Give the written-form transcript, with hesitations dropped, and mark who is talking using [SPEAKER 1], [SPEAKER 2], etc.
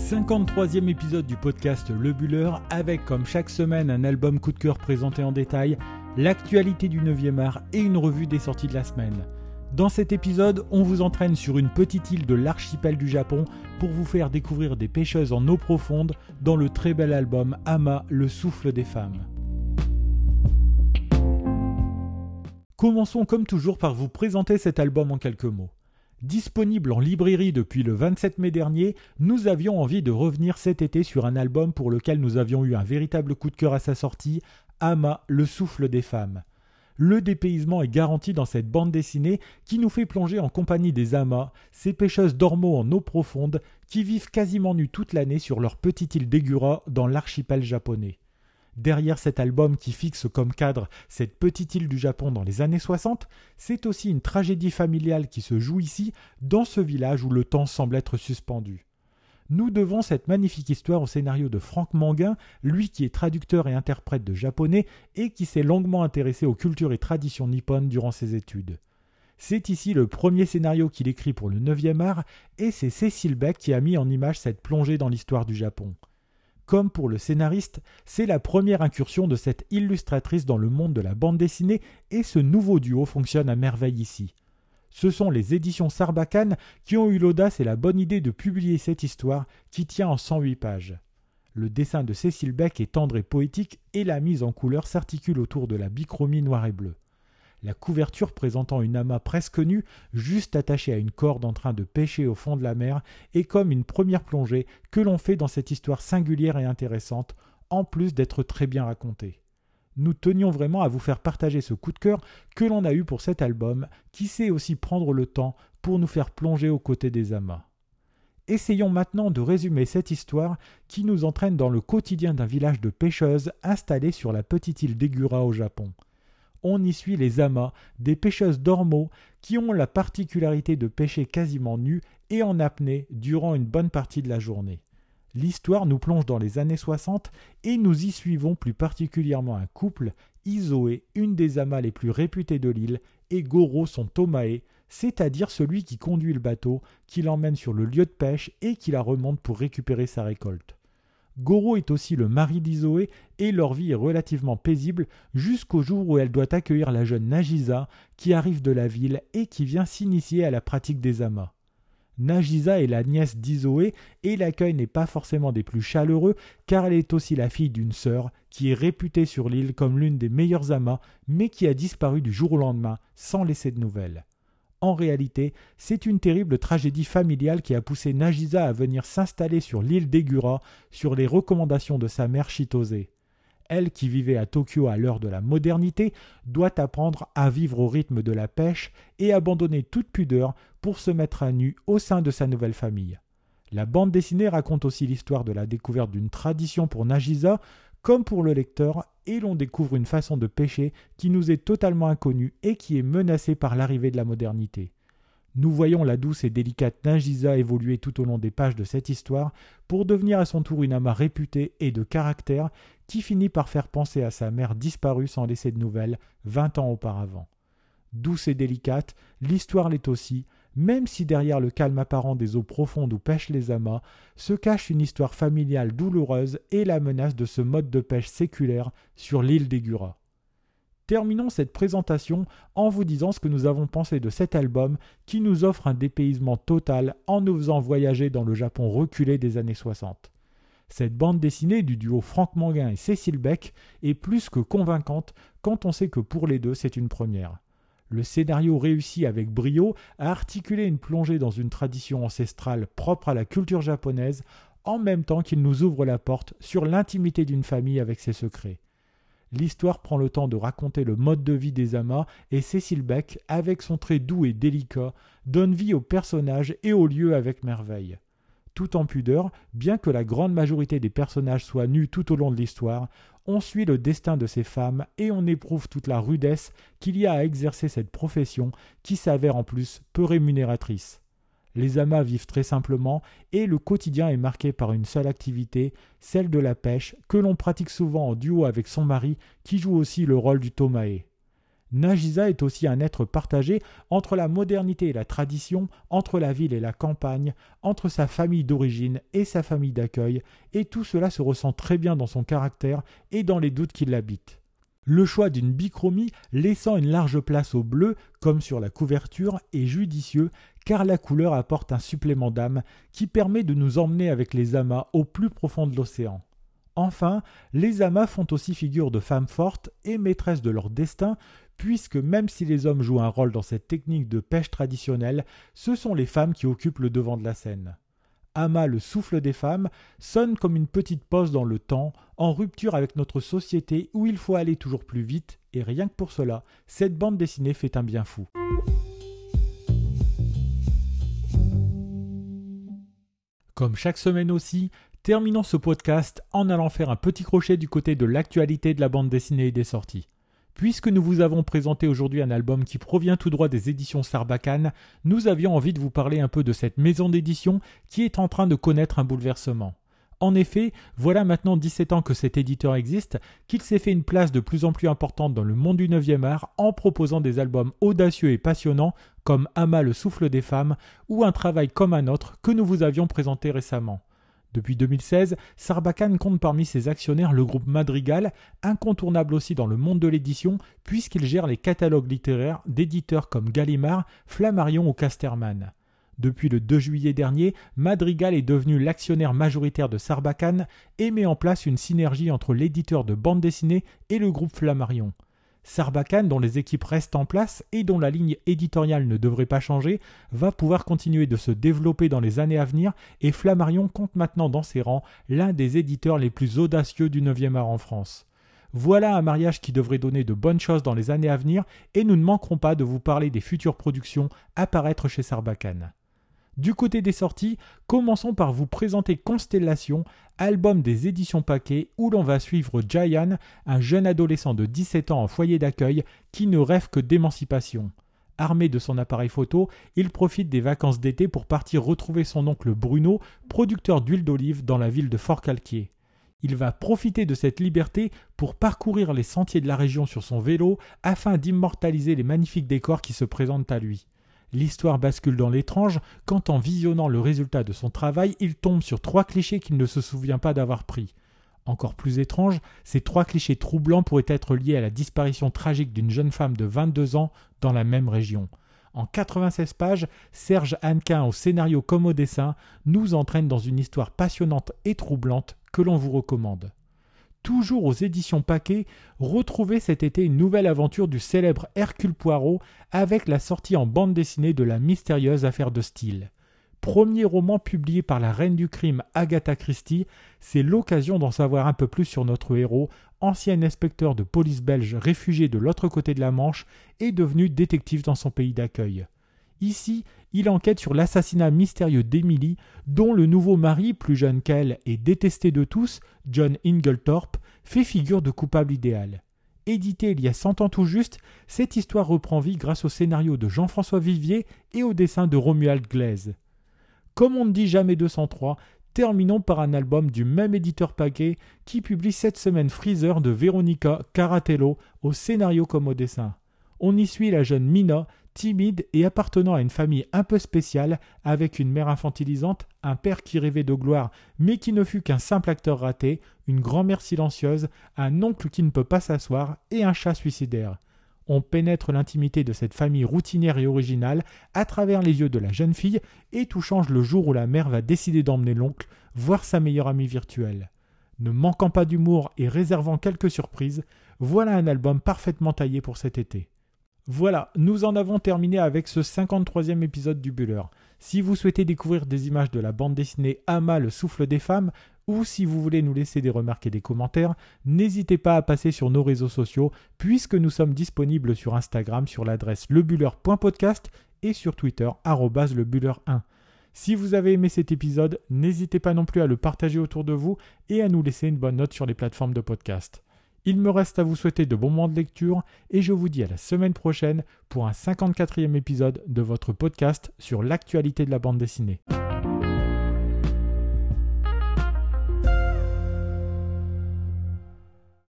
[SPEAKER 1] 53e épisode du podcast Le Buller, avec comme chaque semaine un album coup de cœur présenté en détail, l'actualité du 9e art et une revue des sorties de la semaine. Dans cet épisode, on vous entraîne sur une petite île de l'archipel du Japon pour vous faire découvrir des pêcheuses en eau profonde dans le très bel album Ama, le souffle des femmes. Commençons comme toujours par vous présenter cet album en quelques mots. Disponible en librairie depuis le 27 mai dernier, nous avions envie de revenir cet été sur un album pour lequel nous avions eu un véritable coup de cœur à sa sortie, Ama, le souffle des femmes. Le dépaysement est garanti dans cette bande dessinée qui nous fait plonger en compagnie des amas, ces pêcheuses d'ormeaux en eau profonde qui vivent quasiment nues toute l'année sur leur petite île d'Egura dans l'archipel japonais. Derrière cet album qui fixe comme cadre cette petite île du Japon dans les années 60, c'est aussi une tragédie familiale qui se joue ici, dans ce village où le temps semble être suspendu. Nous devons cette magnifique histoire au scénario de Franck Manguin, lui qui est traducteur et interprète de japonais et qui s'est longuement intéressé aux cultures et traditions nippones durant ses études. C'est ici le premier scénario qu'il écrit pour le 9e art et c'est Cécile Beck qui a mis en image cette plongée dans l'histoire du Japon. Comme pour le scénariste, c'est la première incursion de cette illustratrice dans le monde de la bande dessinée et ce nouveau duo fonctionne à merveille ici. Ce sont les éditions Sarbacane qui ont eu l'audace et la bonne idée de publier cette histoire qui tient en 108 pages. Le dessin de Cécile Beck est tendre et poétique et la mise en couleur s'articule autour de la bichromie noir et bleu. La couverture présentant une ama presque nue, juste attachée à une corde en train de pêcher au fond de la mer, est comme une première plongée que l'on fait dans cette histoire singulière et intéressante, en plus d'être très bien racontée. Nous tenions vraiment à vous faire partager ce coup de cœur que l'on a eu pour cet album, qui sait aussi prendre le temps pour nous faire plonger aux côtés des amas. Essayons maintenant de résumer cette histoire qui nous entraîne dans le quotidien d'un village de pêcheuses installé sur la petite île d'Egura au Japon. On y suit les amas, des pêcheuses d'ormeaux qui ont la particularité de pêcher quasiment nues et en apnée durant une bonne partie de la journée. L'histoire nous plonge dans les années 60 et nous y suivons plus particulièrement un couple, Isoe, une des amas les plus réputées de l'île, et Goro, son tomae, c'est-à-dire celui qui conduit le bateau, qui l'emmène sur le lieu de pêche et qui la remonte pour récupérer sa récolte. Goro est aussi le mari d'Isoe et leur vie est relativement paisible jusqu'au jour où elle doit accueillir la jeune Nagisa qui arrive de la ville et qui vient s'initier à la pratique des amas. Nagisa est la nièce d'Isoe et l'accueil n'est pas forcément des plus chaleureux car elle est aussi la fille d'une sœur qui est réputée sur l'île comme l'une des meilleures amas mais qui a disparu du jour au lendemain sans laisser de nouvelles. En réalité, c'est une terrible tragédie familiale qui a poussé Nagisa à venir s'installer sur l'île d'Egura sur les recommandations de sa mère Chitose. Elle, qui vivait à Tokyo à l'heure de la modernité, doit apprendre à vivre au rythme de la pêche et abandonner toute pudeur pour se mettre à nu au sein de sa nouvelle famille. La bande dessinée raconte aussi l'histoire de la découverte d'une tradition pour Nagisa, comme pour le lecteur, et l'on découvre une façon de pêcher qui nous est totalement inconnue et qui est menacée par l'arrivée de la modernité. Nous voyons la douce et délicate Nagisa évoluer tout au long des pages de cette histoire pour devenir à son tour une ama réputée et de caractère qui finit par faire penser à sa mère disparue sans laisser de nouvelles 20 ans auparavant. Douce et délicate, l'histoire l'est aussi, même si derrière le calme apparent des eaux profondes où pêchent les amas, se cache une histoire familiale douloureuse et la menace de ce mode de pêche séculaire sur l'île d'Egura. Terminons cette présentation en vous disant ce que nous avons pensé de cet album qui nous offre un dépaysement total en nous faisant voyager dans le Japon reculé des années 60. Cette bande dessinée du duo Franck Manguin et Cécile Beck est plus que convaincante quand on sait que pour les deux c'est une première. Le scénario réussit avec brio à articuler une plongée dans une tradition ancestrale propre à la culture japonaise en même temps qu'il nous ouvre la porte sur l'intimité d'une famille avec ses secrets. L'histoire prend le temps de raconter le mode de vie des amas et Cécile Beck, avec son trait doux et délicat, donne vie aux personnages et aux lieux avec merveille. Tout en pudeur, bien que la grande majorité des personnages soient nus tout au long de l'histoire, on suit le destin de ces femmes et on éprouve toute la rudesse qu'il y a à exercer cette profession qui s'avère en plus peu rémunératrice. Les amas vivent très simplement et le quotidien est marqué par une seule activité, celle de la pêche, que l'on pratique souvent en duo avec son mari qui joue aussi le rôle du tomae. Nagisa est aussi un être partagé entre la modernité et la tradition, entre la ville et la campagne, entre sa famille d'origine et sa famille d'accueil, et tout cela se ressent très bien dans son caractère et dans les doutes qui l'habitent. Le choix d'une bichromie laissant une large place au bleu, comme sur la couverture, est judicieux car la couleur apporte un supplément d'âme qui permet de nous emmener avec les amas au plus profond de l'océan. Enfin, les amas font aussi figure de femmes fortes et maîtresses de leur destin, puisque même si les hommes jouent un rôle dans cette technique de pêche traditionnelle, ce sont les femmes qui occupent le devant de la scène. Ama, le souffle des femmes, sonne comme une petite pause dans le temps, en rupture avec notre société où il faut aller toujours plus vite, et rien que pour cela, cette bande dessinée fait un bien fou. Comme chaque semaine aussi, terminons ce podcast en allant faire un petit crochet du côté de l'actualité de la bande dessinée et des sorties. Puisque nous vous avons présenté aujourd'hui un album qui provient tout droit des éditions Sarbacane, nous avions envie de vous parler un peu de cette maison d'édition qui est en train de connaître un bouleversement. En effet, voilà maintenant 17 ans que cet éditeur existe, qu'il s'est fait une place de plus en plus importante dans le monde du 9e art en proposant des albums audacieux et passionnants comme Ama, le souffle des femmes ou un travail comme un autre que nous vous avions présenté récemment. Depuis 2016, Sarbacane compte parmi ses actionnaires le groupe Madrigal, incontournable aussi dans le monde de l'édition puisqu'il gère les catalogues littéraires d'éditeurs comme Gallimard, Flammarion ou Casterman. Depuis le 2 juillet dernier, Madrigal est devenu l'actionnaire majoritaire de Sarbacane et met en place une synergie entre l'éditeur de bande dessinée et le groupe Flammarion. Sarbacane, dont les équipes restent en place et dont la ligne éditoriale ne devrait pas changer, va pouvoir continuer de se développer dans les années à venir et Flammarion compte maintenant dans ses rangs l'un des éditeurs les plus audacieux du 9e art en France. Voilà un mariage qui devrait donner de bonnes choses dans les années à venir et nous ne manquerons pas de vous parler des futures productions à paraître chez Sarbacane. Du côté des sorties, commençons par vous présenter Constellation, album des éditions Paquet où l'on va suivre Jayan, un jeune adolescent de 17 ans en foyer d'accueil qui ne rêve que d'émancipation. Armé de son appareil photo, il profite des vacances d'été pour partir retrouver son oncle Bruno, producteur d'huile d'olive dans la ville de Forcalquier. Il va profiter de cette liberté pour parcourir les sentiers de la région sur son vélo afin d'immortaliser les magnifiques décors qui se présentent à lui. L'histoire bascule dans l'étrange quand en visionnant le résultat de son travail, il tombe sur 3 clichés qu'il ne se souvient pas d'avoir pris. Encore plus étrange, ces 3 clichés troublants pourraient être liés à la disparition tragique d'une jeune femme de 22 ans dans la même région. En 96 pages, Serge Hannequin au scénario comme au dessin nous entraîne dans une histoire passionnante et troublante que l'on vous recommande. Toujours aux éditions Paquet, retrouvez cet été une nouvelle aventure du célèbre Hercule Poirot avec la sortie en bande dessinée de La mystérieuse affaire de Steele. Premier roman publié par la reine du crime Agatha Christie, c'est l'occasion d'en savoir un peu plus sur notre héros, ancien inspecteur de police belge réfugié de l'autre côté de la Manche et devenu détective dans son pays d'accueil. Ici, il enquête sur l'assassinat mystérieux d'Emily, dont le nouveau mari, plus jeune qu'elle et détesté de tous, John Inglethorpe, fait figure de coupable idéal. Édité il y a 100 ans tout juste, cette histoire reprend vie grâce au scénario de Jean-François Vivier et au dessin de Romuald Glaise. Comme on ne dit jamais 203, terminons par un album du même éditeur Paquet qui publie cette semaine Freezer de Veronica Caratello au scénario comme au dessin. On y suit la jeune Mina, timide et appartenant à une famille un peu spéciale, avec une mère infantilisante, un père qui rêvait de gloire mais qui ne fut qu'un simple acteur raté, une grand-mère silencieuse, un oncle qui ne peut pas s'asseoir et un chat suicidaire. On pénètre l'intimité de cette famille routinière et originale à travers les yeux de la jeune fille et tout change le jour où la mère va décider d'emmener l'oncle voir sa meilleure amie virtuelle. Ne manquant pas d'humour et réservant quelques surprises, voilà un album parfaitement taillé pour cet été. Voilà, nous en avons terminé avec ce 53e épisode du Buller. Si vous souhaitez découvrir des images de la bande dessinée Ama, le souffle des femmes, ou si vous voulez nous laisser des remarques et des commentaires, n'hésitez pas à passer sur nos réseaux sociaux, puisque nous sommes disponibles sur Instagram sur l'adresse lebuller.podcast et sur Twitter @lebuller1. Si vous avez aimé cet épisode, n'hésitez pas non plus à le partager autour de vous et à nous laisser une bonne note sur les plateformes de podcast. Il me reste à vous souhaiter de bons moments de lecture et je vous dis à la semaine prochaine pour un 54e épisode de votre podcast sur l'actualité de la bande dessinée.